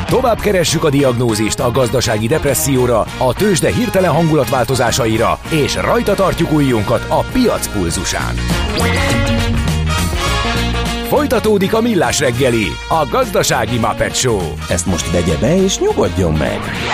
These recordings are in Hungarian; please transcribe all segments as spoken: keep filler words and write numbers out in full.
Tovább keressük a diagnózist a gazdasági depresszióra, a tőzsde hirtelen hangulatváltozásaira, és rajta tartjuk ujjunkat a piac pulzusán. Folytatódik a Millás reggeli, a gazdasági Muppet Show. Ezt most vegye be és nyugodjon meg!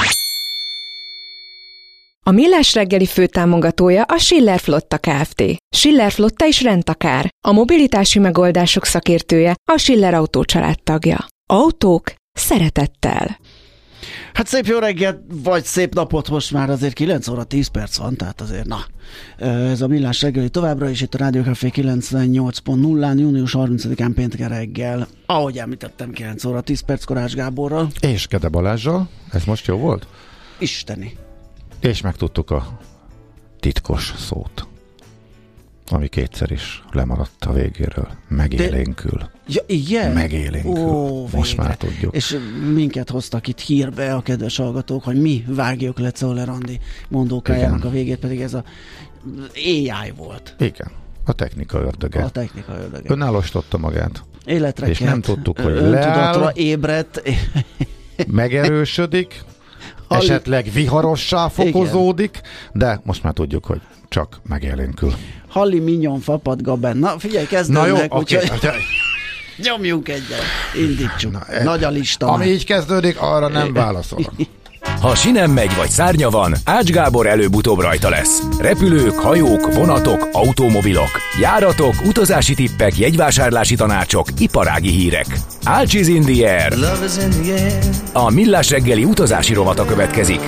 A Millás reggeli főtámogatója a Schiller Flotta Kft. Schiller Flotta és Rendtakár, a mobilitási megoldások szakértője, a Schiller Autó család tagja. Autók szeretettel. Hát szép jó reggelt, vagy szép napot, most már azért kilenc óra tíz perc van, tehát azért na. Ez a Millás reggeli továbbra is itt a Rádió Café kilencvennyolc pont nullán, június harmincadikán pénteken reggel. Ahogy említettem, kilenc óra tíz perc Korács Gáborral. És Kede Balázsral. Ez most jó volt? Isteni. És megtudtuk a titkos szót, ami kétszer is lemaradt a végéről. Megélénkül. De... Ja, igen? Megélénkül. Ó, Most végre. Már tudjuk. És minket hoztak itt hírbe a kedves hallgatók, hogy mi vágjuk le Czoller Andi mondókájának a végét, pedig ez a á i volt. Igen. A technika ördöge. A technika ördöge. Önállósította magát. Életre és kelt, nem tudtuk, hogy öntudatra leáll, ébredt. megerősödik, Halli... esetleg viharossá fokozódik, igen. De most már tudjuk, hogy csak megélénkül. Halli minyon fapadga benne. Na figyelj, kezdődnek. Na jó, oké. Úgyhogy... Okay. Nyomjunk egyet, indítsuk. Na, Nagy a lista. Ami így kezdődik, arra nem válaszolok. Ha sinem megy vagy szárnya van, Ács Gábor előbb-utóbb rajta lesz. Repülők, hajók, vonatok, automobilok, járatok, utazási tippek, jegyvásárlási tanácsok, iparági hírek. Ács is in the air. A Millás reggeli utazási rovata következik.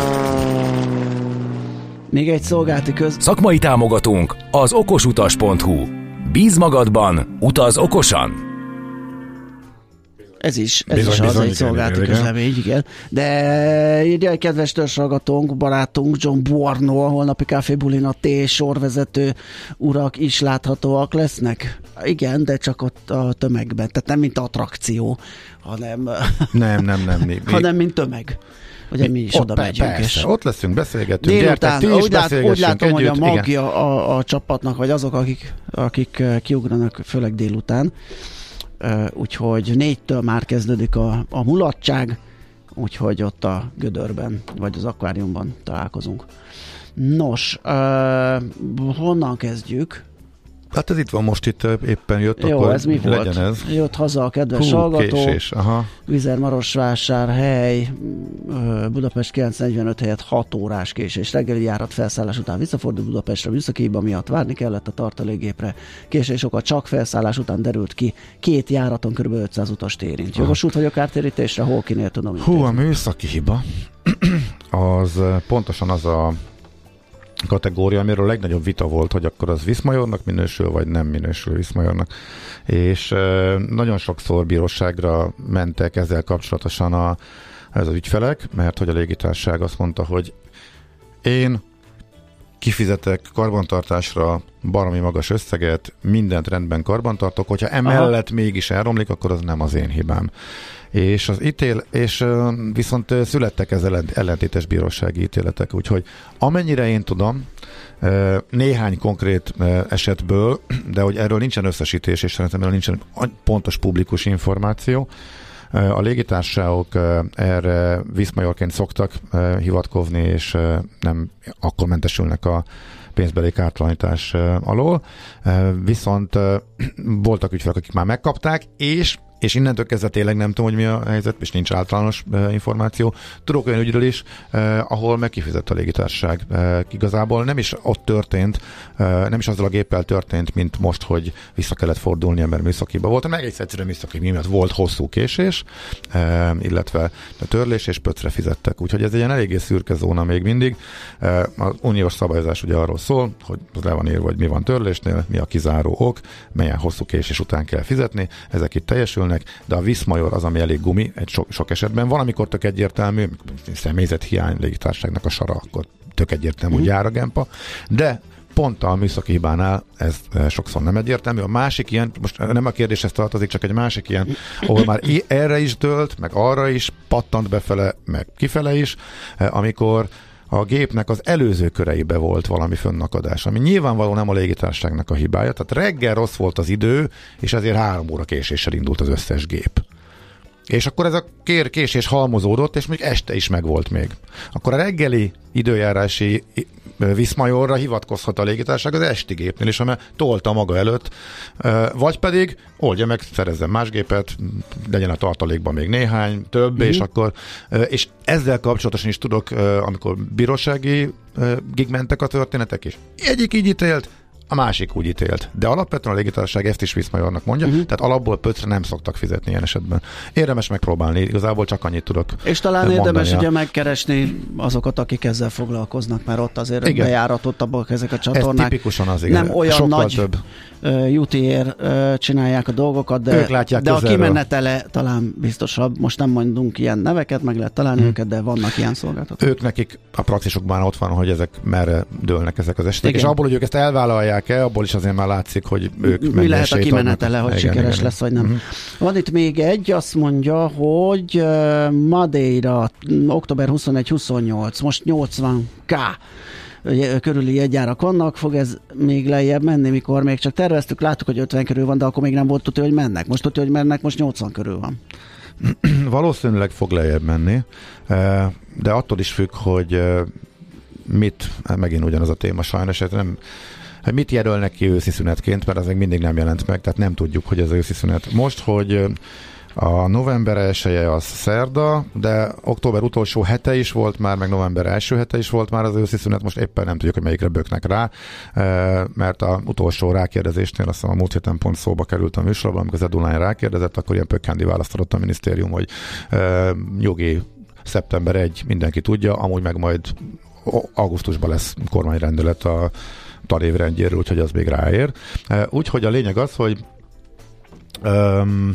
Még egy szolgálati köz... Szakmai támogatónk az okosutas pont hu. Bíz magadban, utaz okosan! Ez is, ez bizony, is az bizony, egy szolgálati közlemény, igen. De írja egy kedves törzshallgatónk, barátunk John Buarno, a holnapi káfébulin a té sorvezető urak is láthatóak lesznek. Igen, de csak ott a tömegben. Tehát nem mint attrakció, hanem... Nem, nem, nem. Mi, hanem mint tömeg. Ugye mi is oda megyünk. És ott leszünk, beszélgetünk. Délután, gyertek, úgy, lát, úgy látom, együtt, hogy a magja a, a csapatnak, vagy azok, akik, akik kiugranak, főleg délután. Uh, úgyhogy négytől már kezdődik a, a mulatság, úgyhogy ott a gödörben, vagy az akváriumban találkozunk. Nos, uh, honnan kezdjük? Hát ez itt van, most itt éppen jött, jó, akkor ez mi legyen volt? ez. Jött haza a kedves Hú, hallgató. Késés, aha. Vizer-Marosvásárhely, Budapest kilenc negyvenöt helyett hat órás késés. Reggeli járat felszállás után visszafordult Budapestre, műszaki hiba miatt várni kellett a tartalékgépre. Késés oka csak felszállás után derült ki. Két járaton kb. ötszáz utast érint. Jogosult vagy a kártérítésre, hol kinél tudom. Hú, a műszaki hiba az pontosan az a kategória, amiről a legnagyobb vita volt, hogy akkor az Viszmajornak minősül, vagy nem minősül Viszmajornak. És e, nagyon sokszor bíróságra mentek ezzel kapcsolatosan a, ez az ügyfelek, mert hogy a légitársaság azt mondta, hogy én kifizetek karbantartásra baromi magas összeget, mindent rendben karbantartok, hogyha emellett aha. mégis elromlik, akkor az nem az én hibám. És az ítél, és viszont születtek ezzel ellentétes bírósági ítéletek, úgyhogy amennyire én tudom, néhány konkrét esetből, de hogy erről nincsen összesítés, és szerintem erről nincsen pontos publikus információ, a légitársaságok erre Viszmajorként szoktak hivatkozni, és nem akkor mentesülnek a pénzbeli kártalanítás alól. Viszont voltak ügyfelek, akik már megkapták, és és innentől kezdve tényleg nem tudom, hogy mi a helyzet, és nincs általános uh, információ. Tudok olyan ügyről is, uh, ahol megkifizett a légitársaság. Uh, igazából nem is ott történt, uh, nem is azzal a géppel történt, mint most, hogy vissza kellett fordulni, mert műszakiba volt, meg egész egyszerűen műszaki miatt volt hosszú késés, uh, illetve a törlés, és pöcre fizettek. Úgyhogy ez egy ilyen eléggé szürke zóna még mindig. Uh, az uniós szabályozás ugye arról szól, hogy le van írva, hogy mi van törlésnél, mi a kizáró ok, melyen hosszú késés után kell fizetni, ezek itt teljesülnek, de a Viszmajor az, ami elég gumi, egy sok, sok esetben. Valamikor tök egyértelmű, személyzet hiány, légitársaságnak a sara, akkor tök egyértelmű, hogy jár a gempa, de pont a műszaki hibánál ez sokszor nem egyértelmű. A másik ilyen, most nem a kérdéshez tartozik, csak egy másik ilyen, ahol már erre is dőlt, meg arra is pattant befele, meg kifele is, amikor a gépnek az előző köreibe volt valami fönnakadás, ami nyilvánvalóan nem a légitársaságnak a hibája, tehát reggel rossz volt az idő, és ezért három óra késéssel indult az összes gép. És akkor ez a kér késés halmozódott, és még este is megvolt még. Akkor a reggeli időjárási Viszmajorra hivatkozhat a légitársaság az esti gépnél is, amely tolta maga előtt, vagy pedig oldja meg, szerezzen más gépet, legyen a tartalékban még néhány, több, mm-hmm. és akkor, és ezzel kapcsolatosan is tudok, amikor bírósági gig mentek a történetek is. Egyik így ítélt, a másik úgy ítélt. De alapvetően a légitársaság ezt is Viszmajornak mondja, uh-huh. tehát alapból pöcre nem szoktak fizetni ilyen esetben. Érdemes megpróbálni, igazából csak annyit tudok És talán mondani. érdemes ugye megkeresni azokat, akik ezzel foglalkoznak, mert ott azért igen. bejáratottabbak ezek a csatornák. Ez tipikusan az, igen. Nem olyan sokkal nagy több. jutiért uh, csinálják a dolgokat, de, de a kimenetele talán biztosabb. Most nem mondunk ilyen neveket, meg lehet találni hmm. őket, de vannak ilyen szolgáltatók. Ők nekik a praxisokban ott van, hogy ezek merre dőlnek ezek az esetek, és abból, hogy ők ezt elvállalják-e, abból is azért már látszik, hogy ők mi lehet a kimenetele, hogy igen, sikeres igen, lesz, vagy nem. Uh-huh. Van itt még egy, azt mondja, hogy uh, Madeira, október huszonegy huszonnyolc, most nyolcvan ká körüli jegyárak vannak, fog ez még lejjebb menni, mikor még csak terveztük, láttuk, hogy ötven körül van, de akkor még nem volt tudja, hogy mennek. Most tudja, hogy mennek, most nyolcvan körül van. Valószínűleg fog lejjebb menni, de attól is függ, hogy mit, megint ugyanaz a téma sajnos, nem, mit jelölnek ki őszi szünetként, mert az még mindig nem jelent meg, tehát nem tudjuk, hogy ez őszi szünet. Most, hogy a november elseje az szerda, de október utolsó hete is volt már, meg november első hete is volt már az őszi szünet, most éppen nem tudjuk, hogy melyikre böknek rá, mert az utolsó rákérdezésnél, azt hiszem a múlt héten pont szóba került a műsorban, amikor az Edulány rákérdezett, akkor ilyen pökkendi választ adott a minisztérium, hogy jogi szeptember elseje mindenki tudja, amúgy meg majd augusztusban lesz kormányrendelet a tanévrendjéről, úgyhogy az még ráér. Úgyhogy a lényeg az, hogy um,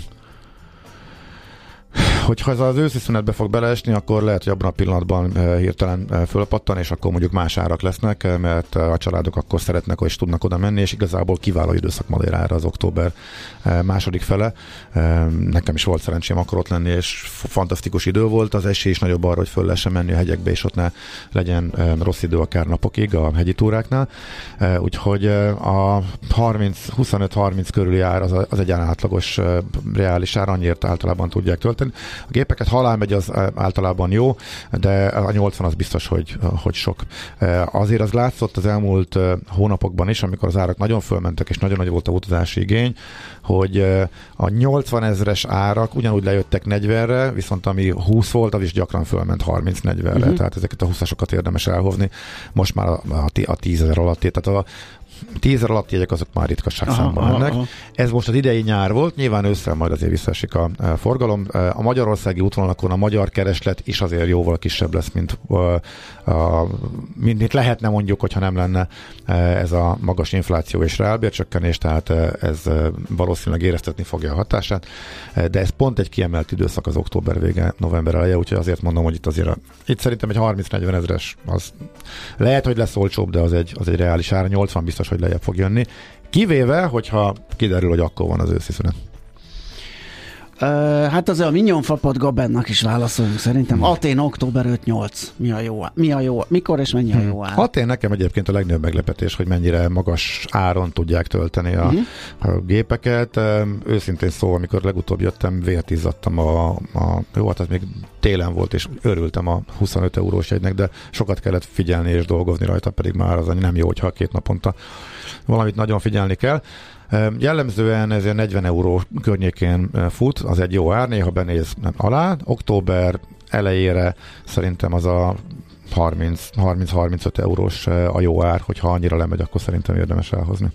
hogyha ez az őszi szünetbe fog beleesni, akkor lehet, hogy abban a pillanatban hirtelen fölpattan, és akkor mondjuk más árak lesznek, mert a családok akkor szeretnek, és tudnak oda menni, és igazából kiváló időszak Madeirára az október második fele. Nekem is volt szerencsém akkor ott lenni, és fantasztikus idő volt, az esély is nagyobb arra, hogy föl lehessen menni a hegyekbe, és ott ne legyen rossz idő akár napokig a hegyi túráknál. Úgyhogy a huszonöt harminc körüli ár az, az egy átlagos reális ár, annyiért általában tudják tölteni. A gépeket halál megy, az általában jó, de a nyolcvan az biztos, hogy, hogy sok. Azért az látszott az elmúlt hónapokban is, amikor az árak nagyon fölmentek, és nagyon nagy volt a utazási igény, hogy a nyolcvan ezres árak ugyanúgy lejöttek negyvenre, viszont ami húsz volt, az is gyakran fölment harminc-negyvenre, uh-huh. tehát ezeket a húszasokat érdemes elhozni. Most már a, a tízezer alatti, tehát a tízezer alatti jegyek azok már ritkaság számban mennek. Ez most az idei nyár volt, nyilván ősszel majd azért visszaesik a, a forgalom. A magyarországi útvonalakon a magyar kereslet is azért jóval kisebb lesz, mint, a, a, mint, mint lehetne mondjuk, hogyha nem lenne ez a magas infláció és reálbércsökkenés, tehát ez valószínűleg éreztetni fogja a hatását, de ez pont egy kiemelt időszak az október vége, november eleje, úgyhogy azért mondom, hogy itt azért a, itt szerintem egy harminc-negyven ezres az lehet, hogy lesz olcsóbb, de az egy, az egy reális ára, nyolcvan biztos, hogy lejjebb fog jönni. Kivéve, hogyha kiderül, hogy akkor van az őszi szünet. Uh, hát azért a Mignon Fapat Gabennak is válaszolunk szerintem. Hmm. Atén október öt nyolc. Mi a jó? Mi a jó? Mikor és mennyi a jó ár? Atén nekem egyébként a legnagyobb meglepetés, hogy mennyire magas áron tudják tölteni a, hmm. a gépeket. Őszintén szóval, amikor legutóbb jöttem, vért izzadtam a, a jó, hát az még télen volt, és örültem a huszonöt eurós jegynek, de sokat kellett figyelni és dolgozni rajta, pedig már az nem jó, hogyha két naponta valamit nagyon figyelni kell. Jellemzően ezért negyven euró környékén fut, az egy jó ár, néha benéz alá. Október elejére szerintem az a harminc-harmincöt eurós a jó ár, hogyha annyira lemegy, akkor szerintem érdemes elhozni.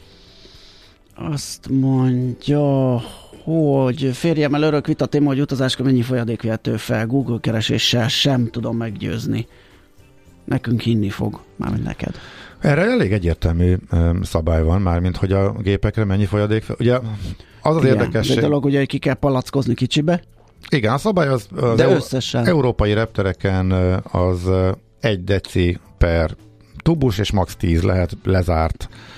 Azt mondja, hogy férjemmel örök vita téma, hogy utazáskor mennyi folyadék vihető fel, Google kereséssel sem tudom meggyőzni. Nekünk hinni fog, mármint neked. Erre elég egyértelmű um, szabály van, mármint hogy a gépekre mennyi folyadék. Ugye az az igen, érdekesség. De dolog, ugye, hogy ki kell palackozni kicsibe. Igen, a szabály az, az de eu- összesen. európai reptereken az egy deci per tubus, és max tíz lehet lezárt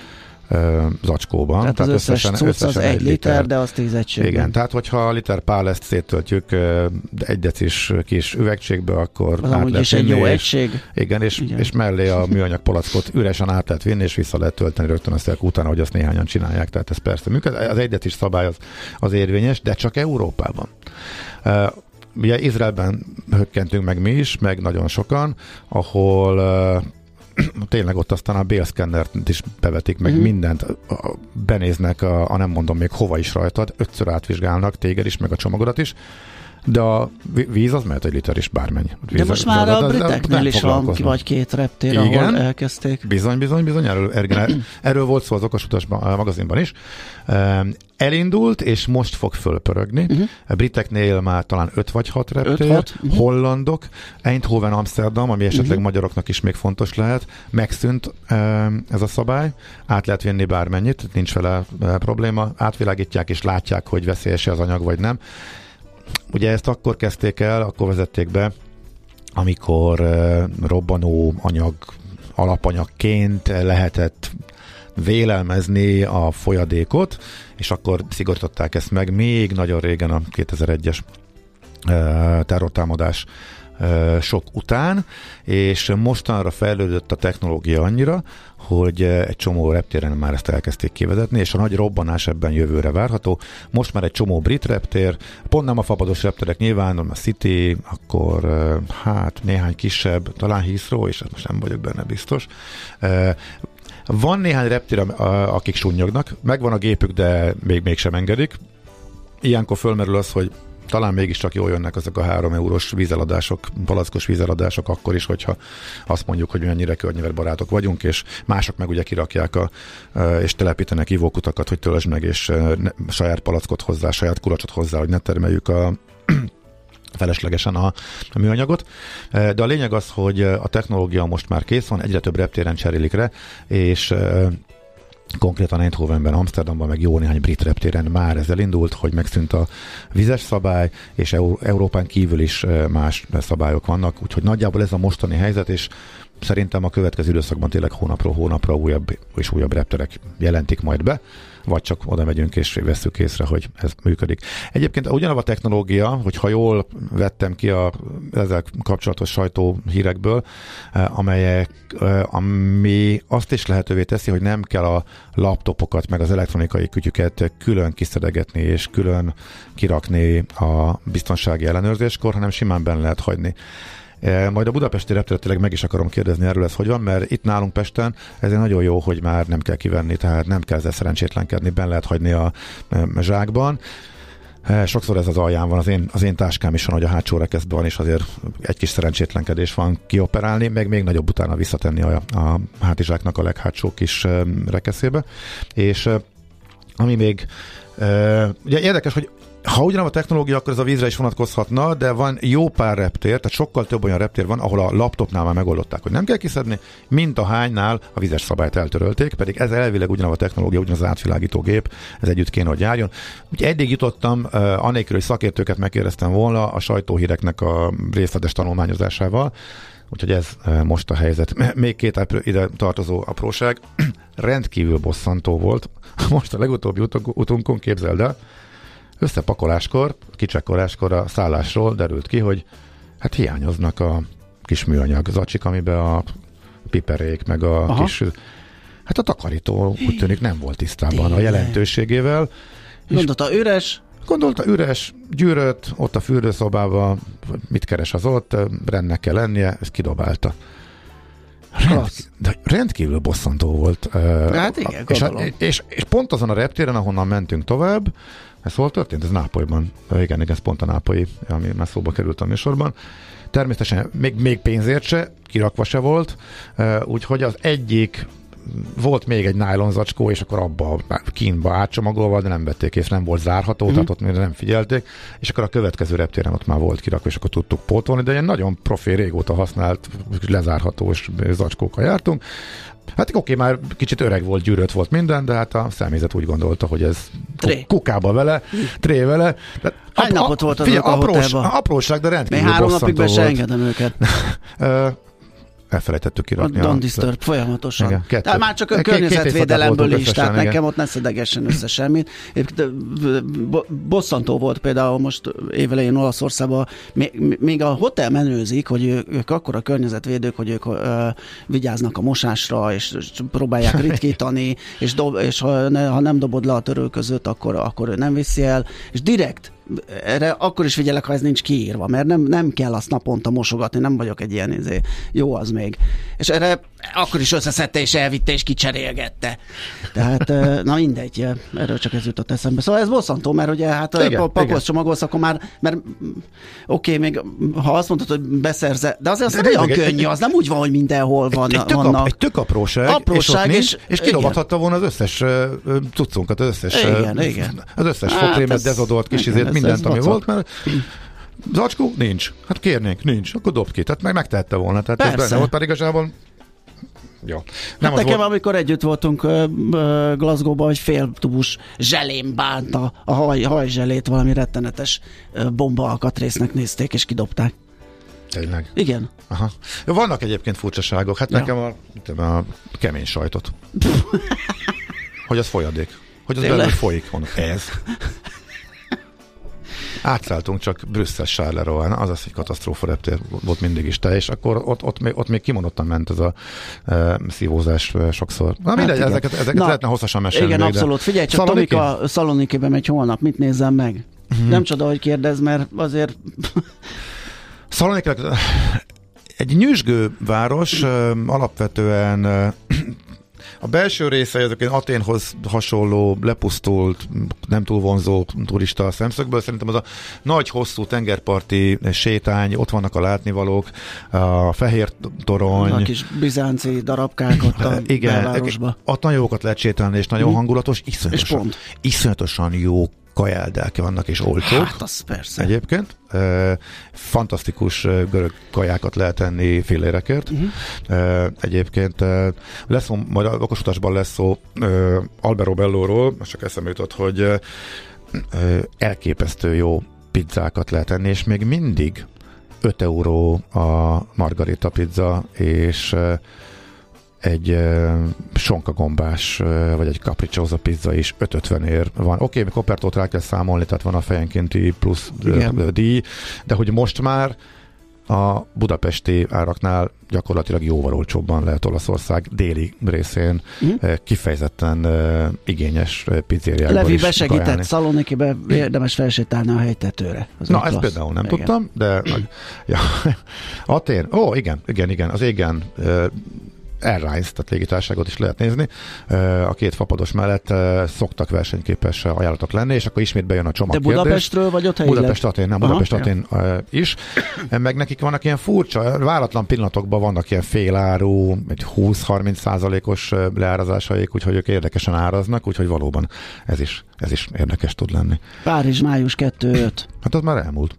zacskóban. Tehát, tehát az összes összesen, cucc az egy liter, liter, de az tíz egységben. Igen, tehát hogyha a liter pál ezt széttöltjük egy decis kis üvegcségbe, akkor az át lehet vinni. Egy jó egység. Igen, és, igen. és mellé a műanyag palackot üresen át lehet vinni, és vissza lehet tölteni rögtön azt utána, hogy azt néhányan csinálják. Tehát ez persze működik. Az egy decis szabály az, az érvényes, de csak Európában. Uh, ugye Izraelben hökkentünk meg mi is, meg nagyon sokan, ahol uh, tényleg ott aztán a bélszkennert is bevetik, meg mm. mindent benéznek, a, a nem mondom még hova is rajtad, ötször átvizsgálnak téged is, meg a csomagodat is, de a víz az mehet egy liter is bármennyi. Víz de most már a briteknél is van vagy két reptér, igen, ahol elkezdték. Bizony, bizony, bizony, erről, erről volt szó az Okosutas magazinban is. Elindult, és most fog fölpörögni. Uh-huh. A briteknél már talán öt vagy hat reptér, uh-huh. hollandok, Eindhoven, Amsterdam, ami esetleg uh-huh. magyaroknak is még fontos lehet, megszűnt ez a szabály, át lehet vinni bármennyit, nincs vele probléma, átvilágítják és látják, hogy veszélyes az anyag vagy nem. Ugye ezt akkor kezdték el, akkor vezették be, amikor uh, robbanó anyag, alapanyagként lehetett vélelmezni a folyadékot, és akkor szigorították ezt meg még nagyon régen a kétezer-egyes uh, terrortámadás uh, sok után, és mostanra fejlődött a technológia annyira, hogy egy csomó reptéren már ezt elkezdték kivezetni, és a nagy robbanás ebben jövőre várható. Most már egy csomó brit reptér, pont nem a fapados repterek nyilván, a City, akkor hát néhány kisebb, talán Heathrow, és most nem vagyok benne biztos. Van néhány reptér, akik sunnyognak, megvan a gépük, de még mégsem engedik. Ilyenkor fölmerül az, hogy talán mégiscsak jól jönnek azok a három eurós vízeladások, palackos vízeladások akkor is, hogyha azt mondjuk, hogy mennyire környezetbarátok vagyunk, és mások meg ugye kirakják a, és telepítenek ivókutakat, hogy töltsd meg, és ne, saját palackot hozzá, saját kulacsot hozzá, hogy ne termeljük a feleslegesen a, a műanyagot. De a lényeg az, hogy a technológia most már kész van, egyre több reptéren cserélik le, és konkrétan Eindhovenben, Amsterdamban, meg jó néhány brit reptéren már ez elindult, hogy megszűnt a vizes szabály, és Euró- Európán kívül is más szabályok vannak, úgyhogy nagyjából ez a mostani helyzet, és szerintem a következő időszakban tényleg hónapról hónapra újabb és újabb repterek jelentik majd be, vagy csak oda megyünk és vesszük észre, hogy ez működik. Egyébként ugyanaz a technológia, hogy ha jól vettem ki a ezzel kapcsolatos sajtóhírekből, amelyek, ami azt is lehetővé teszi, hogy nem kell a laptopokat, meg az elektronikai kütyüket külön kiszedegetni és külön kirakni a biztonsági ellenőrzéskor, hanem simán benne lehet hagyni. Majd a budapesti repteret tényleg meg is akarom kérdezni erről, ez hogy van, mert itt nálunk Pesten ezért nagyon jó, hogy már nem kell kivenni, tehát nem kell ezzel szerencsétlenkedni, benne lehet hagyni a zsákban. Sokszor ez az alján van, az én, az én táskám is van, hogy a hátsó rekeszben van, és azért egy kis szerencsétlenkedés van kioperálni, meg még nagyobb utána visszatenni a, a hátizsáknak a leghátsó kis rekeszébe. És ami még ugye érdekes, hogy ha ugyanaz a technológia, akkor ez a vízre is vonatkozhatna, de van jó pár reptér, tehát sokkal több olyan reptér van, ahol a laptopnál már megoldották, hogy nem kell kiszedni, mint a hánynál a vizes szabályt eltörölték, pedig ez elvileg ugyanaz a technológia, ugyanaz az átvilágító gép, ez együtt kéne, hogy járjon. Úgyhogy eddig jutottam, uh, anélkül, hogy szakértőket megkérdeztem volna a sajtóhíreknek a részletes tanulmányozásával, úgyhogy ez uh, most a helyzet. Még két apró, ide tartozó apróság, rendkívül bosszantó volt. Most a legutóbbi utunkon, képzeld el, összepakoláskor, kicsekkoláskor a szállásról derült ki, hogy hát hiányoznak a kis műanyag zacsik, amiben a piperék, meg a Aha. kis... Hát a takarító úgy tűnik nem volt tisztában Tényleg. a jelentőségével. Gondolta üres? Gondolta üres, gyűrött, ott a fürdőszobában, mit keres az ott, rendnek kell lennie, ezt kidobálta. Rend, de rendkívül bosszantó volt. Hát igen, és, és, és pont azon a reptéren, ahonnan mentünk tovább, ez hol történt? Ez Nápolyban. Igen, igen, ez pont a nápolyi, ami már szóba került a műsorban. Természetesen még, még pénzért se, kirakva se volt, úgyhogy az egyik volt még egy nylon zacskó, és akkor abba kínba átcsomagolva, de nem vették észre, nem volt zárható, mm-hmm. tehát ott még nem figyelték, és akkor a következő reptéren ott már volt kirakva, és akkor tudtuk pótolni, de ilyen nagyon profi, régóta használt, lezárhatós zacskókkal jártunk. Hát oké, már kicsit öreg volt, gyűrött volt minden, de hát a személyzet úgy gondolta, hogy ez Tré. kukába vele, tré vele. Hány ap- napot volt azok a aprós, hotelban? Apróság, de rendkívül Még három bosszantó napig be se volt. engedem őket. elfelejtettük kirakni. Don't disturb folyamatosan. Igen, kettő. Tehát már csak a Két- környezetvédelemből is, tehát igen. nekem ott ne szedegessen össze semmit. Bosszantó volt például most évelején Olaszországban, még, még a hotel menőzik, hogy ők, ők akkora környezetvédők, hogy ők ö, vigyáznak a mosásra, és, és próbálják ritkítani, és, dob, és ha, ne, ha nem dobod le a törölközőt, akkor, akkor ő nem viszi el, és direkt erre akkor is figyelek, ha ez nincs kiírva, mert nem, nem kell azt naponta mosogatni, nem vagyok egy ilyen izé. Jó az még. És erre akkor is összeszedte és elvitte és kicserélgette. Tehát, na mindegy, erről csak ez jutott eszembe. Szóval ez bosszantó, mert ugye hát igen, a pakolsz, csomagolsz, akkor már, mert oké, okay, még ha azt mondod, hogy beszerze, de azért az de olyan könnyű, az nem úgy van, hogy mindenhol van, egy, egy, tök vannak. Ap, egy tök apróság, apróság és, és, és, és kidobathatta volna az összes uh, cuccunkat, az összes, igen, uh, igen. az összes Hát fokrémet, ez- dezodolt, kis igen, izét, ez- mindent, ez ami vacak. volt, mert zacskó nincs. Hát kérnénk, nincs. Akkor dobd ki. Tehát meg megtehette volna. Tehát ez Persze. benne volt, pedig igazából jó. Nem Hát az nekem, volt, amikor együtt voltunk uh, uh, Glasgow-ban, hogy fél tubus zselém bánta a haj, hajzselét, valami rettenetes uh, bomba alkatrésznek nézték, és kidobták. tényleg. Igen. Aha. Jó, vannak egyébként furcsaságok. Hát Ja. nekem a, tudom, a kemény sajtot. Hogy az folyadék. Hogy az Tényleg? belül folyik. Mondom, ez. Átszálltunk csak Brüsszel Charleroi, az az egy katasztrófa reptér volt mindig is te, és akkor ott, ott, még, ott még kimondottan ment ez a e, szívózás e, sokszor. Na mindegy, igen. ezeket, ezeket Na, lehetne hosszasan mesélni. Igen, még, abszolút. Figyelj, csak Szaloniki? Tomika Szalonikibe megy holnap, mit nézzem meg? Uh-huh. Nem csoda, hogy kérdez, mert azért... Szalonika egy nyüzsgő város, e, alapvetően e, a belső része ezek Aténhoz hasonló, lepusztult, nem túl vonzó turista szemszögből. Szerintem az a nagy, hosszú tengerparti sétány, ott vannak a látnivalók, a fehér torony. A kis bizánci darabkák ott a igen, belvárosba. ott nagyon jókat lehet sétálni, és nagyon Mm. hangulatos, iszonyatosan, És pont. iszonyatosan jó kajáldák vannak, és olcsók. Hát az persze. Egyébként. E, fantasztikus e, görög kajákat lehet enni fillérekért. Uh-huh. E, egyébként e, lesz szó, majd a okosutasban lesz szó e, Albero Bellóról, most csak eszembe jutott, hogy e, e, elképesztő jó pizzákat lehet enni, és még mindig öt euró a margarita pizza, és e, egy uh, sonkagombás, uh, vagy egy capricciosa pizza is öt ötven ér van. Oké, okay, kopertót rá kell számolni, tehát van a fejenkénti plusz uh, díj, de hogy most már a budapesti áraknál gyakorlatilag jóval olcsóbban lehet Olaszország déli részén mm. uh, kifejezetten uh, igényes uh, pizzériákban Levi is besegített, kajálni. Szalonikibe érdemes felsétálni a helytetőre. Az Na, egy ezt klassz. például nem Igen. tudtam, de ja, Atén, ó, igen, igen, igen, az égen uh, Airlines, tehát légitársaságot is lehet nézni. A két fapados mellett szoktak versenyképes ajánlatok lenni, és akkor ismét bejön a De csomagkérdés. Budapestről vagy ott helyileg? Budapest Atén, nem, Budapest Atén is. Meg nekik vannak ilyen furcsa, váratlan pillanatokban vannak ilyen féláru, egy húsz-harminc százalékos leárazásaik, úgyhogy ők érdekesen áraznak, úgyhogy valóban ez is, ez is érdekes tud lenni. Párizs, május kettő öt. Hát az már elmúlt.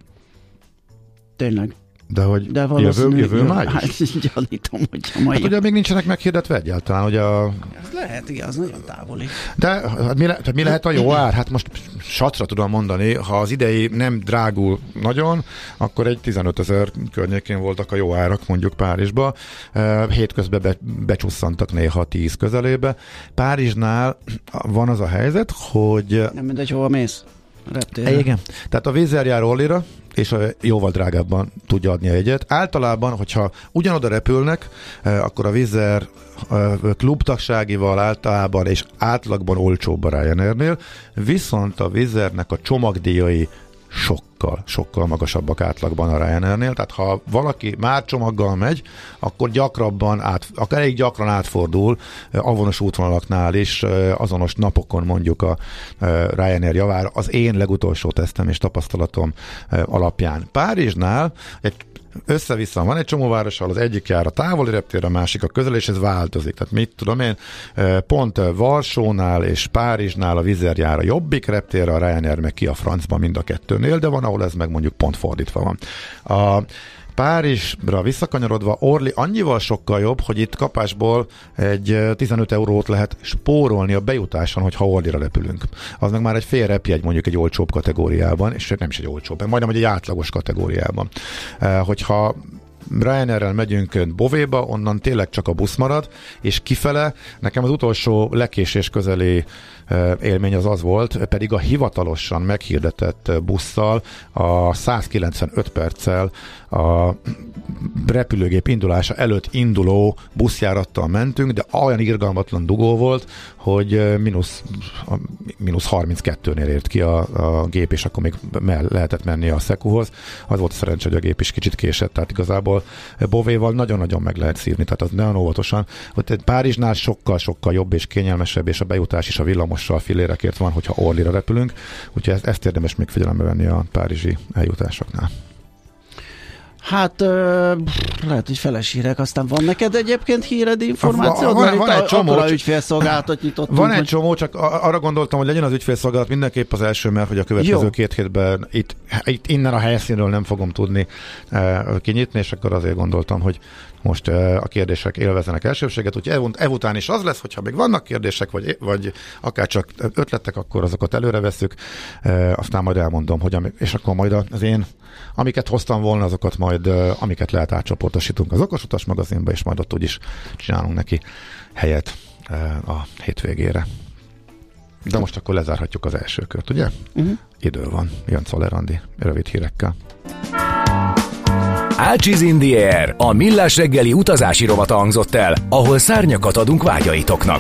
Tényleg. De hogy De jövő, jövő május? Hát gyanítom, hogy a mai... Hát ugye még nincsenek meghirdetve egyáltalán, ugye a... Ez lehet, igen, az nagyon távoli. De hát mi, le, tehát mi lehet a jó ár? Hát most satra tudom mondani, ha az idei nem drágul nagyon, akkor egy tizenötezer környékén voltak a jó árak mondjuk Párizsba. Hétközben be, becsusszantak néha tíz közelébe. Párizsnál van az a helyzet, hogy... Nem mindegy, hova mész. Reptérre. Igen. Tehát a vízzel jár Ollira, és jóval drágábban tudja adni a jegyet. Általában, hogyha ugyanoda repülnek, akkor a Wizzair klubtagságival általában és átlagban olcsóbb a Ryanairnél, viszont a Wizzairnek a csomagdíjai sokkal, sokkal magasabbak átlagban a Ryanairnél, tehát ha valaki már csomaggal megy, akkor gyakrabban, át, akár elég gyakran átfordul avonos útvonalaknál is, azonos napokon mondjuk a Ryanair javára, az én legutolsó tesztem és tapasztalatom alapján. Párizsnál egy össze-vissza van egy csomó várossal, az egyik jár a távoli reptér, a másik a közel, és ez változik. Tehát mit tudom én, pont Varsónál és Párizsnál a Wizzair jár a jobbik reptérre, a Ryanair meg ki a francba mind a kettőnél, de van, ahol ez meg mondjuk pont fordítva van. A Párizsra visszakanyarodva, Orly annyival sokkal jobb, hogy itt kapásból egy tizenöt eurót lehet spórolni a bejutáson, hogyha Orlyra repülünk. Az meg már egy fél repjegy mondjuk egy olcsóbb kategóriában, és nem is egy olcsóbb, majdnem egy átlagos kategóriában. Hogyha Ryanairrel megyünk Bovéba, onnan tényleg csak a busz marad, és kifele nekem az utolsó lekésés közeli élmény az az volt, pedig a hivatalosan meghirdetett busszal a száz kilencvenöt perccel a repülőgép indulása előtt induló buszjárattal mentünk, de olyan irgalmatlan dugó volt, hogy mínusz, mínusz harminckettőnél ért ki a, a gép, és akkor még me- lehetett menni a Szekuhoz. Az volt a szerencsé, hogy a gép is kicsit késett, tehát igazából Bovéval nagyon-nagyon meg lehet szívni, tehát az nagyon óvatosan. Ott Párizsnál sokkal-sokkal jobb és kényelmesebb, és a bejutás is a villamossal filérekért van, hogyha Orlyra repülünk, úgyhogy ezt, ezt érdemes még figyelembe venni a párizsi eljutásoknál. Hát ö, lehet, hogy feles hírek, aztán van neked egyébként híred, információd? Van, van, van egy csomó. Akkor a ügyfélszolgálatot nyitottunk. Van egy hogy... csomó, csak arra gondoltam, hogy legyen az ügyfélszolgálat mindenképp az első, mert hogy a következő Jó. két hétben itt, itt innen a helyszínről nem fogom tudni eh, kinyitni, és akkor azért gondoltam, hogy most eh, a kérdések élvezenek elsőbséget, úgyhogy ev után is az lesz, hogyha még vannak kérdések, vagy, vagy akár csak ötletek, akkor azokat előre veszük, eh, aztán majd elmondom, hogy ami, és akkor majd az én, amiket hoztam volna, azokat majd, eh, amiket lehet átcsoportosítunk az Okos Utas magazinba, és majd ott úgyis csinálunk neki helyet eh, a hétvégére. De most akkor lezárhatjuk az első kört, ugye? Uh-huh. Idő van. Jön Czoller Andi rövid hírekkel. Ácsiz in the Air, a millás reggeli utazási rovata hangzott el, ahol szárnyakat adunk vágyaitoknak.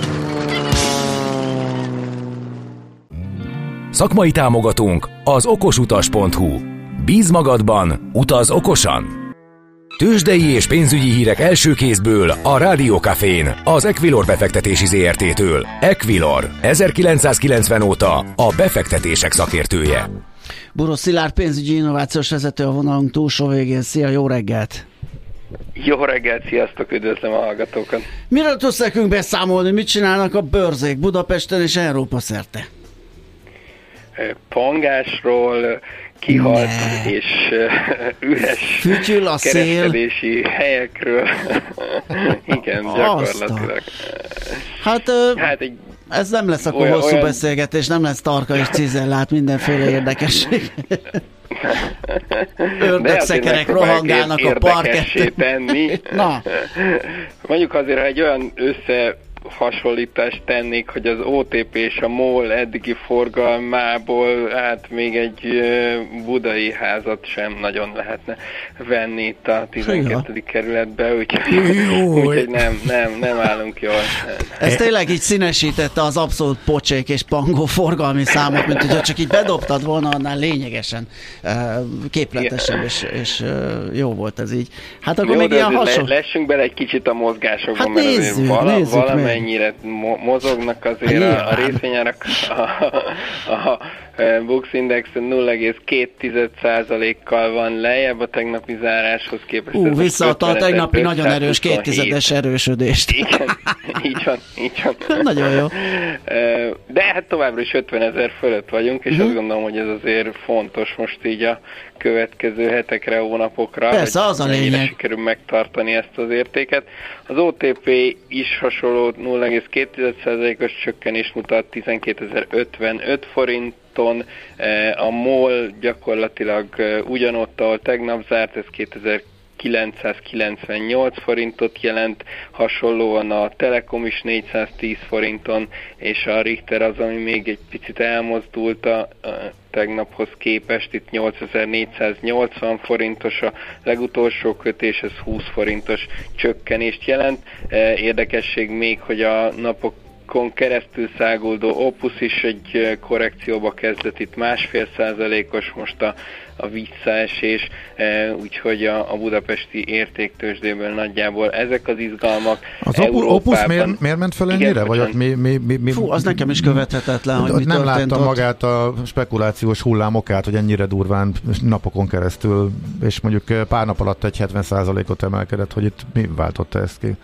Szakmai támogatónk az okosutas pont hu. Bíz magadban, utaz okosan! Tőzsdei és pénzügyi hírek első kézből a Rádió Cafén, az Equilor befektetési zé er té-től. Equilor, ezerkilencszázkilencven óta a befektetések szakértője. Boros Szilárd pénzügyi innovációs vezető a vonalunk túlsó végén. Szia, jó reggelt! Jó reggelt, sziasztok, üdvözlöm a hallgatókat! Miről tudsz nekünk beszámolni, mit csinálnak a bőrzék Budapesten és Európa szerte? Pangásról, kihalt ne. és uh, üres kereskedési helyekről. Igen, gyakorlatilag. Hát, uh, hát egy ez nem lesz akkor olyan, hosszú olyan... beszélgetés, nem lesz tarka és cizellát, mindenféle érdekesség. Ördögszekerek rohangálnak a parketten. tenni. Na. Mondjuk azért, ha egy olyan össze hasonlítást tennék, hogy az o té pé és a MOL eddigi forgalmából hát még egy uh, budai házat sem nagyon lehetne venni itt a tizenkettedik kerületbe, úgyhogy úgy, nem, nem, nem állunk jól. Ez tényleg így színesítette az abszolút pocsék és pangó forgalmi számot, mint hogyha csak így bedobtad volna, annál lényegesen uh, képletesebb, és, és uh, jó volt ez így. Hát akkor jó, még ilyen hasonló... Lessünk bele egy kicsit a mozgásokban, hát mert nézzük, azért vala, nézzük valamely mennyire mo- mozognak azért a, a részvényárak, a, a, a Bux Index nulla egész két százalékkal van lejjebb a tegnapi záráshoz képest. Ú, visszaadta a tegnapi nagyon erős kéttizedes erősödést. Igen, így van, így van. Nagyon jó. De hát továbbra is ötvenezer fölött vagyunk, és uh-huh. azt gondolom, hogy ez azért fontos most így a következő hetekre, hónapokra, persze, hogy az a lényeg. Sikerül megtartani ezt az értéket. Az o té pé is hasonló nulla egész két százalékos csökkenést mutat tizenkétezer-ötvenöt forinton, a MOL gyakorlatilag ugyanott, ahol tegnap zárt, ez kétezer-kilencszázkilencvennyolc forintot jelent, hasonlóan a Telekom is négyszáztíz forinton, és a Richter az, ami még egy picit elmozdult a tegnaphoz képest, itt nyolcezer-négyszáznyolcvan forintos a legutolsó kötés, ez húsz forintos csökkenést jelent. Érdekesség még, hogy a napok keresztül száguldó Opus is egy korrekcióba kezdett, itt másfél százalékos most a, a visszaesés, e, úgyhogy a, a budapesti értéktőzsdéből nagyjából ezek az izgalmak. Az Opus miért, miért ment fel ennyire? Vagy ott mi, mi, mi, mi, Fú, az nekem is követhetetlen, hogy mi nem láttam ott. magát a spekulációs hullámokát, hogy ennyire durván napokon keresztül, és mondjuk pár nap alatt egy hetven százalékot emelkedett, hogy itt mi váltotta ezt ki?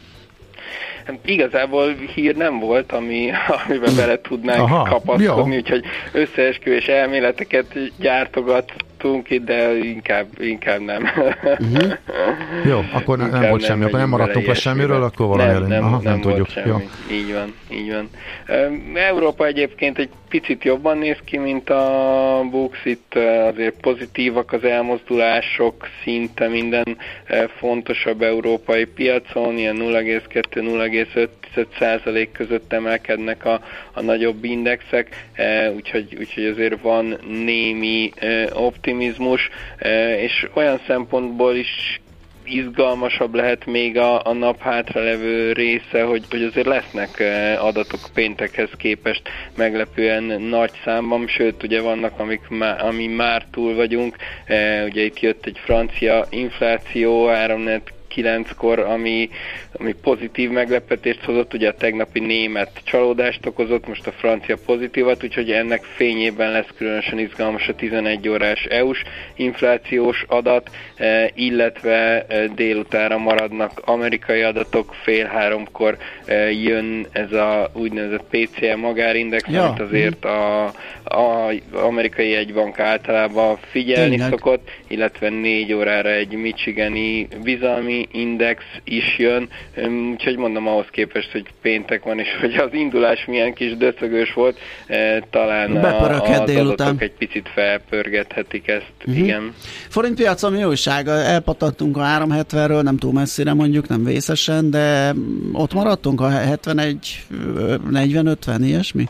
Igazából hír nem volt, ami, amiben bele tudnánk Aha, kapaszkodni, jó. Úgyhogy összeesküvés elméleteket gyártogat játszottunk itt, de inkább, inkább nem. Uh-huh. Jó, akkor nem, nem volt semmi, akkor nem maradtunk le semmiről, akkor valami nem, nem, Aha, nem, nem tudjuk. Semmi. Jó. Így van, így van. Európa egyébként egy picit jobban néz ki, mint a Bux, itt azért pozitívak az elmozdulások, szinte minden fontosabb európai piacon, ilyen nulla egész kettő - nulla egész öt százalék között emelkednek a, a nagyobb indexek, úgyhogy, úgyhogy azért van némi optimizmus, és olyan szempontból is izgalmasabb lehet még a, a nap hátralevő része, hogy, hogy azért lesznek adatok péntekhez képest meglepően nagy számban, sőt ugye vannak, amik má, ami már túl vagyunk, ugye itt jött egy francia infláció, három kilenckor, ami, ami pozitív meglepetést hozott, ugye a tegnapi német csalódást okozott, most a francia pozitívat, úgyhogy ennek fényében lesz különösen izgalmas a tizenegy órás é u-s inflációs adat, illetve délutára maradnak amerikai adatok, fél háromkor jön ez a úgynevezett pé cé e magárindex, ja. amit azért a, a amerikai jegybank általában figyelni Tényleg. szokott, illetve négy órára egy michigani bizalmi index is jön, úgyhogy mondom ahhoz képest, hogy péntek van, és hogy az indulás milyen kis döcögős volt, talán a, az adatok egy picit felpörgethetik ezt, uh-huh. igen. Forintpiacon mi újság? Elpattantunk a háromszázhetvenről, nem túl messzire mondjuk, nem vészesen, de ott maradtunk a hetvenegy negyven ötven, ilyesmi?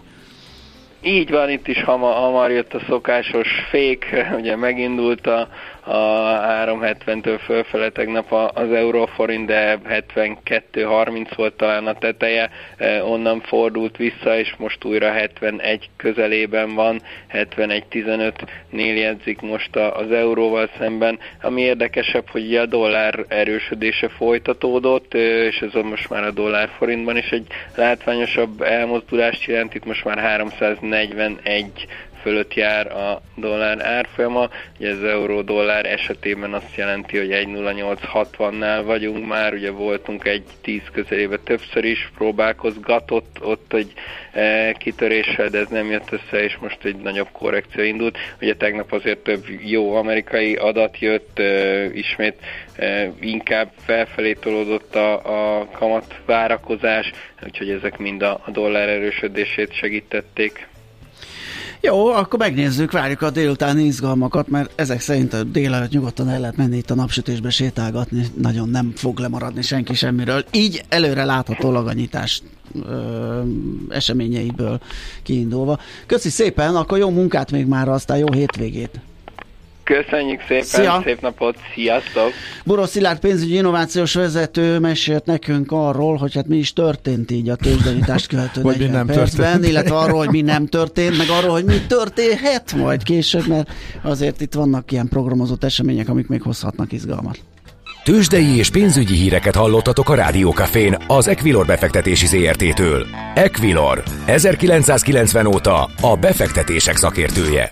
Így van, itt is hamar, hamar jött a szokásos fék, ugye megindult a, a háromszázhetventől fölfele tegnap az euróforint, de hetvenkettő harminc volt talán a teteje, onnan fordult vissza, és most újra hetvenegy közelében van, hetvenegy tizenötnél jegyzik most az euróval szemben. Ami érdekesebb, hogy a dollár erősödése folytatódott, és ez most már a dollár forintban is egy látványosabb elmozdulást jelent, itt most már háromszáznegyvenegy fölött jár a dollár árfolyama, ugye az euró-dollár esetében azt jelenti, hogy egy nulla nyolc hatvannál vagyunk már, ugye voltunk egy tíz közelébe többször is, próbálkozgatott ott egy e, kitöréssel, de ez nem jött össze, és most egy nagyobb korrekció indult. Ugye tegnap azért több jó amerikai adat jött, e, ismét e, inkább felfelé tolódott a, a kamat várakozás, úgyhogy ezek mind a, a dollár erősödését segítették. Jó, akkor megnézzük, várjuk a délutáni izgalmakat, mert ezek szerint a délelőtt nyugodtan el lehet menni itt a napsütésbe sétálgatni, nagyon nem fog lemaradni senki semmiről. Így előre láthatólag a nyitás ö, eseményeiből kiindulva. Köszi szépen, akkor jó munkát még már, aztán jó hétvégét! Köszönjük szépen, Szia. Szép napot, sziasztok! Boros Szilárd pénzügyi innovációs vezető mesélt nekünk arról, hogy hát mi is történt így a tőzsdenyítást követő negyven percben, történt. Illetve arról, hogy mi nem történt, meg arról, hogy mi történhet majd később, mert azért itt vannak ilyen programozott események, amik még hozhatnak izgalmat. Tőzsdei és pénzügyi híreket hallottatok a Rádiókafén az Equilor befektetési zé er té-től. Equilor, ezerkilencszázkilencven óta a befektetések szakértője.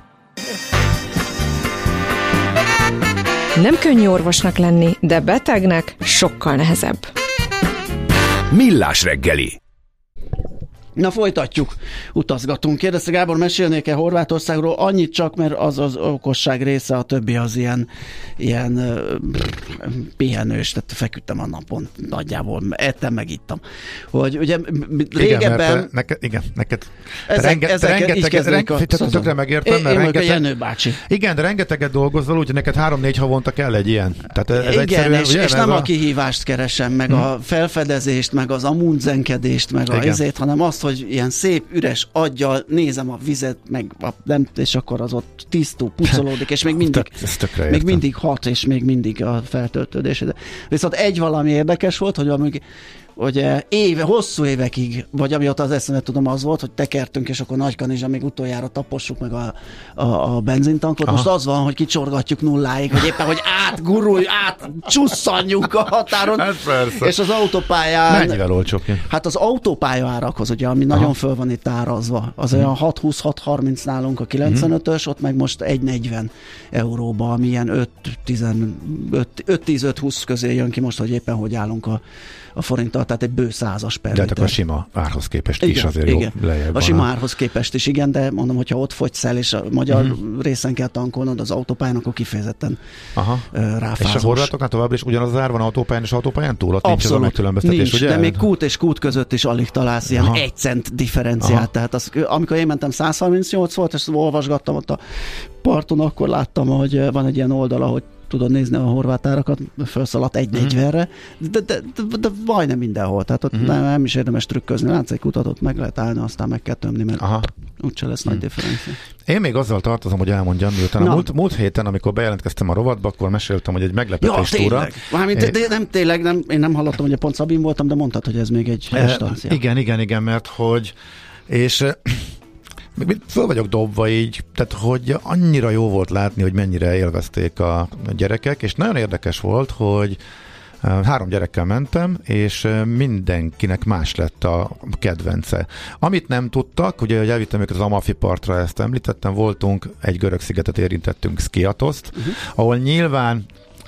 Nem könnyű orvosnak lenni, de betegnek sokkal nehezebb. Millás reggeli. Na folytatjuk, utazgatunk. Kérdezte Gábor, mesélnék-e Horvátországról? Annyit csak, mert az az okosság része, a többi az ilyen, ilyen uh, pihenős, tehát feküdtem a napon nagyjából, ettem, meg ittam. Hogy ugye régebben... Igen, neked, igen, neked ezek, renge, ezek rengeteg, renge, tökre megértem, mert rengeteg, Jenő bácsi. Igen, de rengeteget dolgozol, úgyhogy neked három-négy havonta kell egy ilyen. Tehát ez igen, és, és nem a... a kihívást keresem, meg hmm. a felfedezést, meg az amundzenkedést, meg a ezért, hanem azt, hogy ilyen szép, üres aggyal nézem a vizet, meg a, nem, és akkor az ott tisztul, pucolódik, és még mindig, még mindig hat, és még mindig a feltöltődés. Viszont egy valami érdekes volt, hogy amíg hogy éve, hosszú évekig, vagy amióta az eszemet tudom, az volt, hogy tekertünk, és akkor Nagykanizsa még utoljára tapossuk meg a, a, a benzintankot. Aha. Most az van, hogy kicsorgatjuk nulláig, hogy éppen, hogy átgurulj, átcsusszanjunk a határon. Hát persze. És az autópályán... Mennyivel olcsóbb? Hát az autópálya árakhoz, ugye, ami Aha. nagyon föl van itt árazva, az hmm. olyan hat húsz hat harminc nálunk a kilencvenötös, ott meg most egy negyven euróba, ami ilyen öt tíz öt húsz közé jön ki most, hogy éppen hogy állunk a a forinttal, tehát egy bő százas per De liter. hát a sima árhoz képest igen, is azért igen. jó lejjebb A sima árhoz képest is, igen, de mondom, hogyha ott fogysz el, és a magyar uh-huh. részen kell tankolnod az autópályán, akkor kifejezetten Aha. ráfázós. És a horvátoknál továbbra is ugyanaz az ár van autópályán és autópályán túl? Ott nincs ez a megkülönböztetés, nincs, ugye? de még kút és kút között is alig találsz ilyen Aha. egy cent differenciát. Aha. Tehát az, amikor én mentem száz harmincnyolc volt, és olvasgattam ott a parton, akkor láttam, hogy van egy ilyen oldal, ahogy tudod nézni a horvát árakat, felszaladt egy negyvenre, de, de, de, de majdnem mindenhol, tehát ott uh-huh. nem, nem is érdemes trükközni, látsz egy kutatót, meg lehet állni, aztán meg kell tömni, mert Aha. úgyse lesz uh-huh. nagy differencia. Én még azzal tartozom, hogy elmondjam, miután a múlt, múlt héten, amikor bejelentkeztem a rovatba, akkor meséltem, hogy egy meglepetés ja, túra. Mármint, de, de nem tényleg, nem, én nem hallottam, hogy a pont Szabin voltam, de mondtad, hogy ez még egy instancia. E, igen, igen, igen, mert hogy és föl vagyok dobva így, tehát hogy annyira jó volt látni, hogy mennyire élvezték a gyerekek, és nagyon érdekes volt, hogy három gyerekkel mentem, és mindenkinek más lett a kedvence. Amit nem tudtak, ugye, hogy elvittem őket az Amalfi partra, ezt említettem, voltunk, egy görög szigetet érintettünk, Skiatoszt, uh-huh. ahol nyilván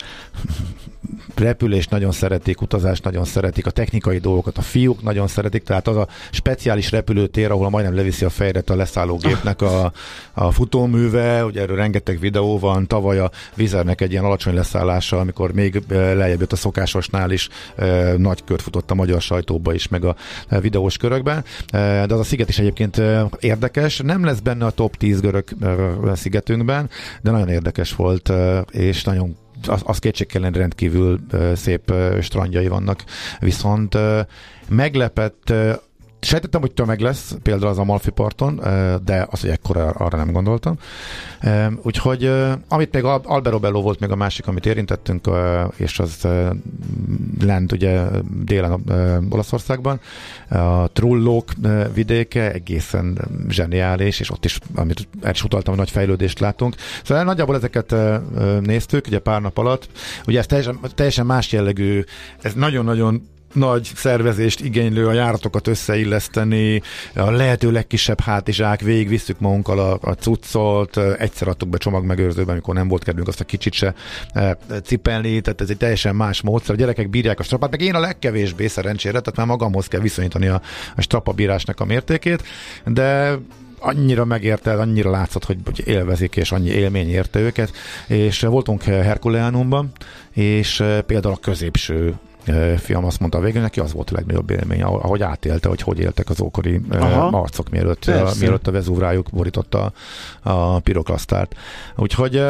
repülést nagyon szeretik, utazást nagyon szeretik, a technikai dolgokat a fiúk nagyon szeretik, tehát az a speciális repülőtér, ahol majdnem leviszi a fejret a leszállógépnek a, a futóműve, ugye erről rengeteg videó van, tavaly a Vizernek egy ilyen alacsony leszállása, amikor még lejjebb jött a szokásosnál is, e, nagy kört futott a magyar sajtóba is, meg a videós körökben, e, de az a sziget is egyébként érdekes, nem lesz benne a top tíz görög szigetünkben, de nagyon érdekes volt, és nagyon az, az kétségtelen rendkívül uh, szép uh, strandjai vannak, viszont uh, meglepett, uh, sejtettem, hogy tömeg lesz, például az Amalfi parton, uh, de az, hogy ekkora, arra nem gondoltam. Uh, úgyhogy, uh, amit még Alberobello volt még a másik, amit érintettünk, uh, és az uh, lent ugye délen uh, Olaszországban, a Trullók uh, vidéke egészen zseniális, és ott is, amit el is utaltam, nagy fejlődést látunk. Szóval nagyjából ezeket uh, néztük, ugye pár nap alatt. Ugye ez teljesen, teljesen más jellegű, ez nagyon-nagyon nagy szervezést igénylő, a járatokat összeilleszteni, a lehető legkisebb hátizsák, végigvisszük magunkkal a, a cuccot, egyszer adtuk be csomagmegőrzőben, amikor nem volt kedvünk azt a kicsit se e, cipelni, tehát ez egy teljesen más módszer. A gyerekek bírják a strapát, meg én a legkevésbé szerencsére, tehát már magamhoz kell viszonyítani a, a strapabírásnak a mértékét, de annyira megérte, annyira látszott, hogy, hogy élvezik, és annyi élmény érte őket, és voltunk Herkuleánumban, és például a középső fiam azt mondta a végén, neki az volt a legnagyobb élmény, ahogy átélte, hogy hogy éltek az ókori Aha. arcok, mielőtt, a, mielőtt a Vezúv rájuk borította a, a piroklasztárt. Úgyhogy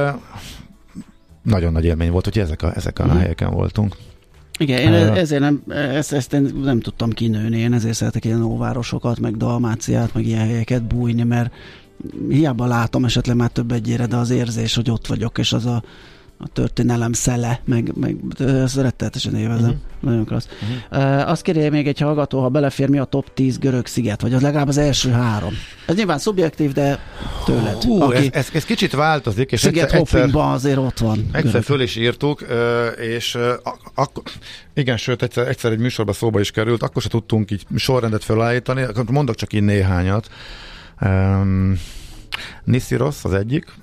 nagyon nagy élmény volt, hogy ezek a, ezek a uh-huh. helyeken voltunk. Igen, én uh, ezért nem, ezt, ezt én nem tudtam kinőni, én ezért szeretek ilyen óvárosokat, meg Dalmáciát, meg ilyen helyeket bújni, mert hiába látom esetleg már több egyére, de az érzés, hogy ott vagyok, és az a a történelem szele, meg, meg ezt rettenetesen élvezem. Uh-huh. Nagyon klassz. Uh-huh. Uh, azt kérje még egy hallgató, ha belefér, mi a top tíz görög sziget, vagy az legalább az első három. Ez nyilván szubjektív, de tőled. Hú, aki ez, ez, ez kicsit változik. És sziget hoppingban azért ott van. Egyszer föl is írtuk, és akkor, igen, sőt, egyszer, egyszer egy műsorban szóba is került, akkor se tudtunk így sorrendet felállítani, mondok csak így néhányat. Um, Niszirosz az egyik,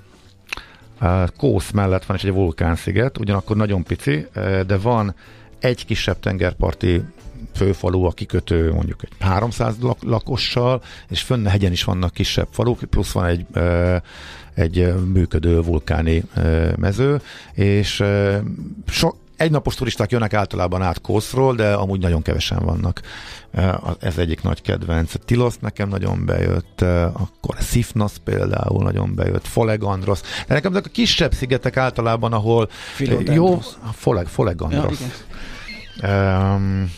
Kósz mellett van is egy vulkánsziget, ugyanakkor nagyon pici, de van egy kisebb tengerparti főfalu, a kikötő mondjuk egy háromszáz lakossal, és fönn a hegyen is vannak kisebb faluk, plusz van egy, egy működő vulkáni mező, és so, egynapos turisták jönnek általában át Kószról, de amúgy nagyon kevesen vannak. Ez egyik nagy kedvenc. Tilosz nekem nagyon bejött, akkor Szifnosz például nagyon bejött, Folegandrosz. De nekem ezek a kisebb szigetek általában, ahol jó, Foleg, Folegandrosz. Ja, um,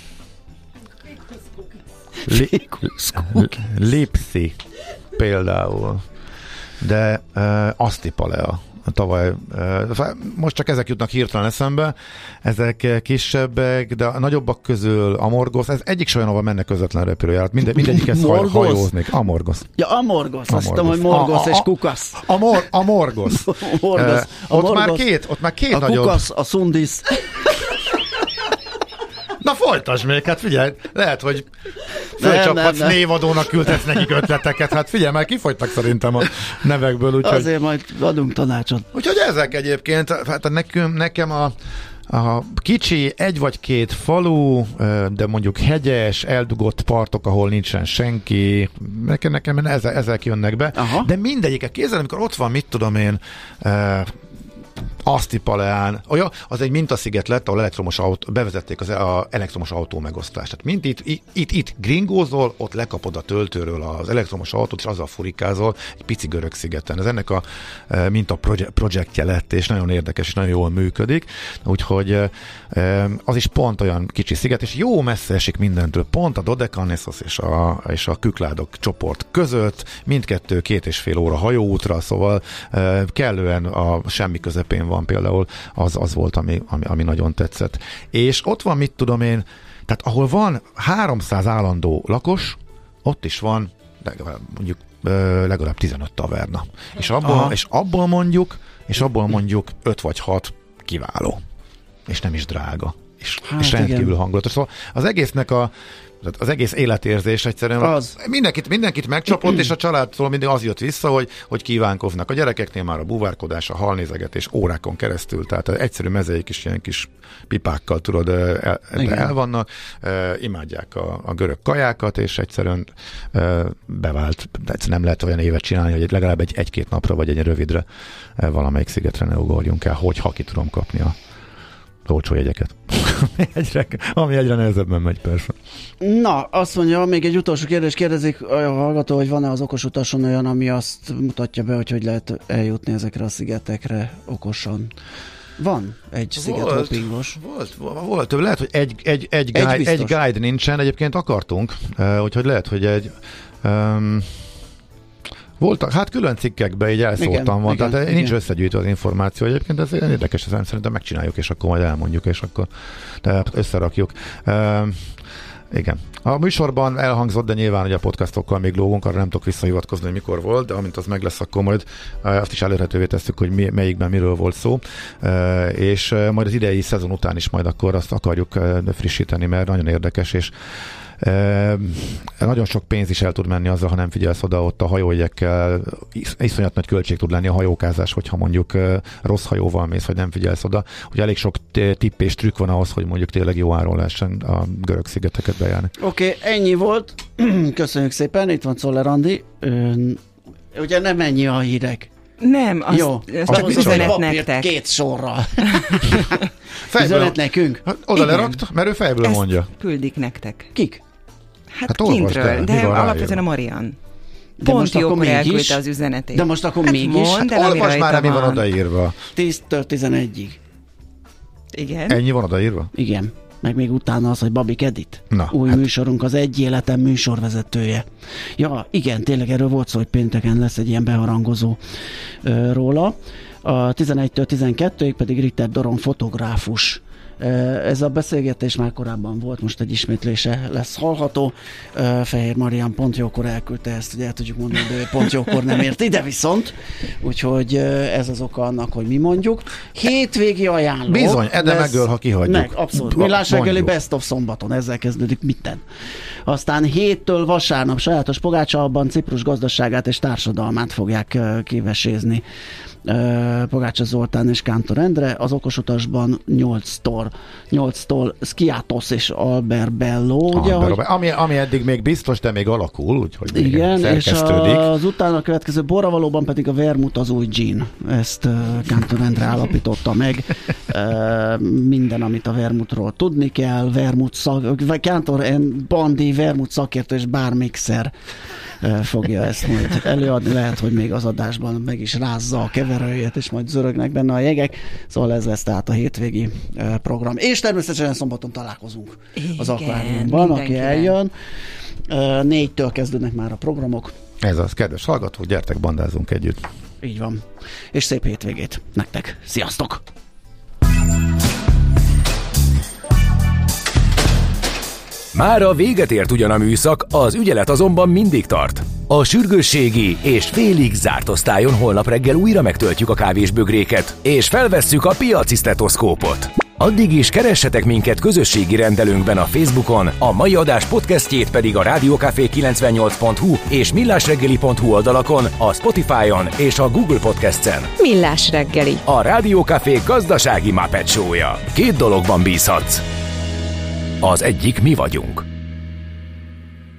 li, Lipszi például. De uh, Asztipalea tavaly, most csak ezek jutnak hirtelen eszembe, ezek kisebbek, de a nagyobbak közül Amorgosz, ez egyik se olyan, ahol mennek közvetlen repülőjárat, Minde, mindegyikhez hajóznék. Amorgosz. Ja, Amorgosz, azt hiszem, hogy Morgosz és Kukasz. A, a, a, a Morgosz. Morgosz. A ott, Morgosz. Már két, ott már két a nagyobb. A Kukasz, a Szundisz. Na folytasd még, hát figyelj, lehet, hogy fölcsaphatsz névadónak, küldhetsz nekik ötleteket, hát figyelj, már kifogytak szerintem a nevekből. Úgyhogy, azért majd adunk tanácsot. Úgyhogy ezek egyébként, hát nekem, nekem a, a kicsi, egy vagy két falu, de mondjuk hegyes, eldugott partok, ahol nincsen senki, nekem, nekem ezek, ezek jönnek be, Aha. de mindegyikek, kézzel, amikor ott van, mit tudom én, Asztipaleán, olyan, az egy mintasziget lett, ahol elektromos autó, bevezették az a elektromos autó megosztást. Tehát mint itt, itt, itt, itt gringózol, ott lekapod a töltőről az elektromos autót, és azzal furikázol egy pici görög szigeten. Ez ennek a minta projektje lett, és nagyon érdekes, és nagyon jól működik. Úgyhogy az is pont olyan kicsi sziget, és jó messze esik mindentől. Pont a Dodekaneszos és a, és a Kükládok csoport között, mindkettő két és fél óra hajóútra, szóval kellően a semmi közepén van például, az, az volt, ami, ami, ami nagyon tetszett. És ott van, mit tudom én, tehát ahol van háromszáz állandó lakos, ott is van legalább, mondjuk legalább tizenöt taverna. És abból, és abból mondjuk, és abból mondjuk öt vagy hat kiváló. És nem is drága. És, hát és rendkívül hangulatos. Szóval az egésznek a az egész életérzés egyszerűen az. Mindenkit, mindenkit megcsapott, és a családtól mindig az jött vissza, hogy, hogy kívánkoznak. A gyerekeknél már a búvárkodás, a halnézegetés órákon keresztül, tehát egyszerű mezeik is ilyen kis pipákkal, tudod, el, el vannak, e, imádják a, a görög kajákat, és egyszerűen e, bevált, de nem lehet olyan évet csinálni, hogy legalább egy, egy-két napra, vagy egy rövidre e, valamelyik szigetre ne ugorjunk el, hogyha ki tudom kapni a olcsó jegyeket. egyre, ami egyre nehezebben megy, persze. Na, azt mondja, még egy utolsó kérdés, kérdezik a hallgató, hogy van-e az okos utason olyan, ami azt mutatja be, hogy hogy lehet eljutni ezekre a szigetekre okosan. Van egy szigethoppingos. Volt, volt, volt, lehet, hogy egy, egy, egy, guide, egy, egy guide nincsen, egyébként akartunk, úgyhogy lehet, hogy egy um, voltak, hát külön cikkekben így elszóltam igen, van, igen, tehát igen. Nincs összegyűjtve az információ egyébként, ez érdekes, ez szerintem megcsináljuk, és akkor majd elmondjuk, és akkor összerakjuk. Uh, igen. A műsorban elhangzott, de nyilván, hogy a podcastokkal még lógunk, arra nem tudok visszahivatkozni, hogy mikor volt, de amint az meg lesz, akkor majd azt is elérhetővé tesszük, hogy mi, melyikben miről volt szó, uh, és uh, majd az idei szezon után is majd akkor azt akarjuk uh, frissíteni, mert nagyon érdekes, és E, nagyon sok pénz is el tud menni azzal, ha nem figyelsz oda, ott a hajójegyekkel is, iszonyat nagy költség tud lenni a hajókázás, hogyha mondjuk e, rossz hajóval mész, vagy nem figyelsz oda. Ugye elég sok tipp és trükk van ahhoz, hogy mondjuk tényleg jó áron lehessen a görög szigeteket bejárni. Oké, okay, ennyi volt. Köszönjük szépen, itt van Czoller Andi. Ön, ugye nem ennyi a hírek. Nem, az, jó, az csak az üzenet nektek. Két sorral. Üzenet nekünk. Hát oda lerakta, mert ő fejből ezt mondja. Küldik nektek. Kik? Hát, hát kintről, de alapvetően a Marian. Pont jókor elküldte az üzenetét. De most akkor mégis. Mond, hát olvasd már, mi van odaírva. tíztől tizenegyig. Igen. Ennyi van odaírva? Igen. Meg még utána az, hogy Babik Edit. Na, új hát. műsorunk, az Egy Életem műsorvezetője. Ja, igen, tényleg erről volt szó, hogy pénteken lesz egy ilyen beharangozó uh, róla. A tizenegytől tizenkettőig pedig Ritter Doron fotográfus. Ez a beszélgetés már korábban volt, most egy ismétlése lesz hallható. Fehér Marian pont jókor elküldte ezt, hogy el tudjuk mondani, de pont jókor nem ért ide viszont. Úgyhogy ez az oka annak, hogy mi mondjuk. Hétvégi ajánló. Bizony, Ede megöl, ha kihagyjuk. Meg, abszolút. Millás reggeli Best of szombaton, ezzel kezdődik minden. Aztán héttől vasárnap sajátos Pogácsa-abban Ciprus gazdaságát és társadalmát fogják kivesézni. Pogácsa Zoltán és Kántor Endre, az okosutasban nyolctól nyolctól Skiatos és Albert Bello, ugye, Albert, hogy... ami, ami eddig még biztos, de még alakul, úgyhogy még igen, szerkesztődik. És az utána következő borravalóban pedig a vermut az új gin. Ezt uh, Kántor Endre állapította meg. Uh, minden, amit a vermutról tudni kell, vermut szak, vagy Kántor Bandi vermut szakértő és bármixer fogja ezt majd előadni, lehet, hogy még az adásban meg is rázza a keverőjét, és majd zörögnek benne a jegek, szóval ez lesz tehát a hétvégi program. És természetesen szombaton találkozunk igen, az akváriumban, aki eljön. Négytől kezdődnek már a programok. Ez az, kedves hallgatók, gyertek, bandázunk együtt. Így van. És szép hétvégét nektek. Sziasztok! Mára véget ért ugyan a műszak, az ügyelet azonban mindig tart. A sürgősségi és félig zárt osztályon holnap reggel újra megtöltjük a kávésbögréket, és felvesszük a piaci sztetoszkópot. Addig is keressetek minket közösségi rendelőnkben a Facebookon, a mai adás podcastjét pedig a rádiókafé kilencvennyolc pont hu és millásreggeli pont hu oldalakon, a Spotify-on és a Google Podcast-en. Millás reggeli. A Rádiókafé gazdasági Muppet Show-ja. Két dologban bízhatsz. Az egyik mi vagyunk.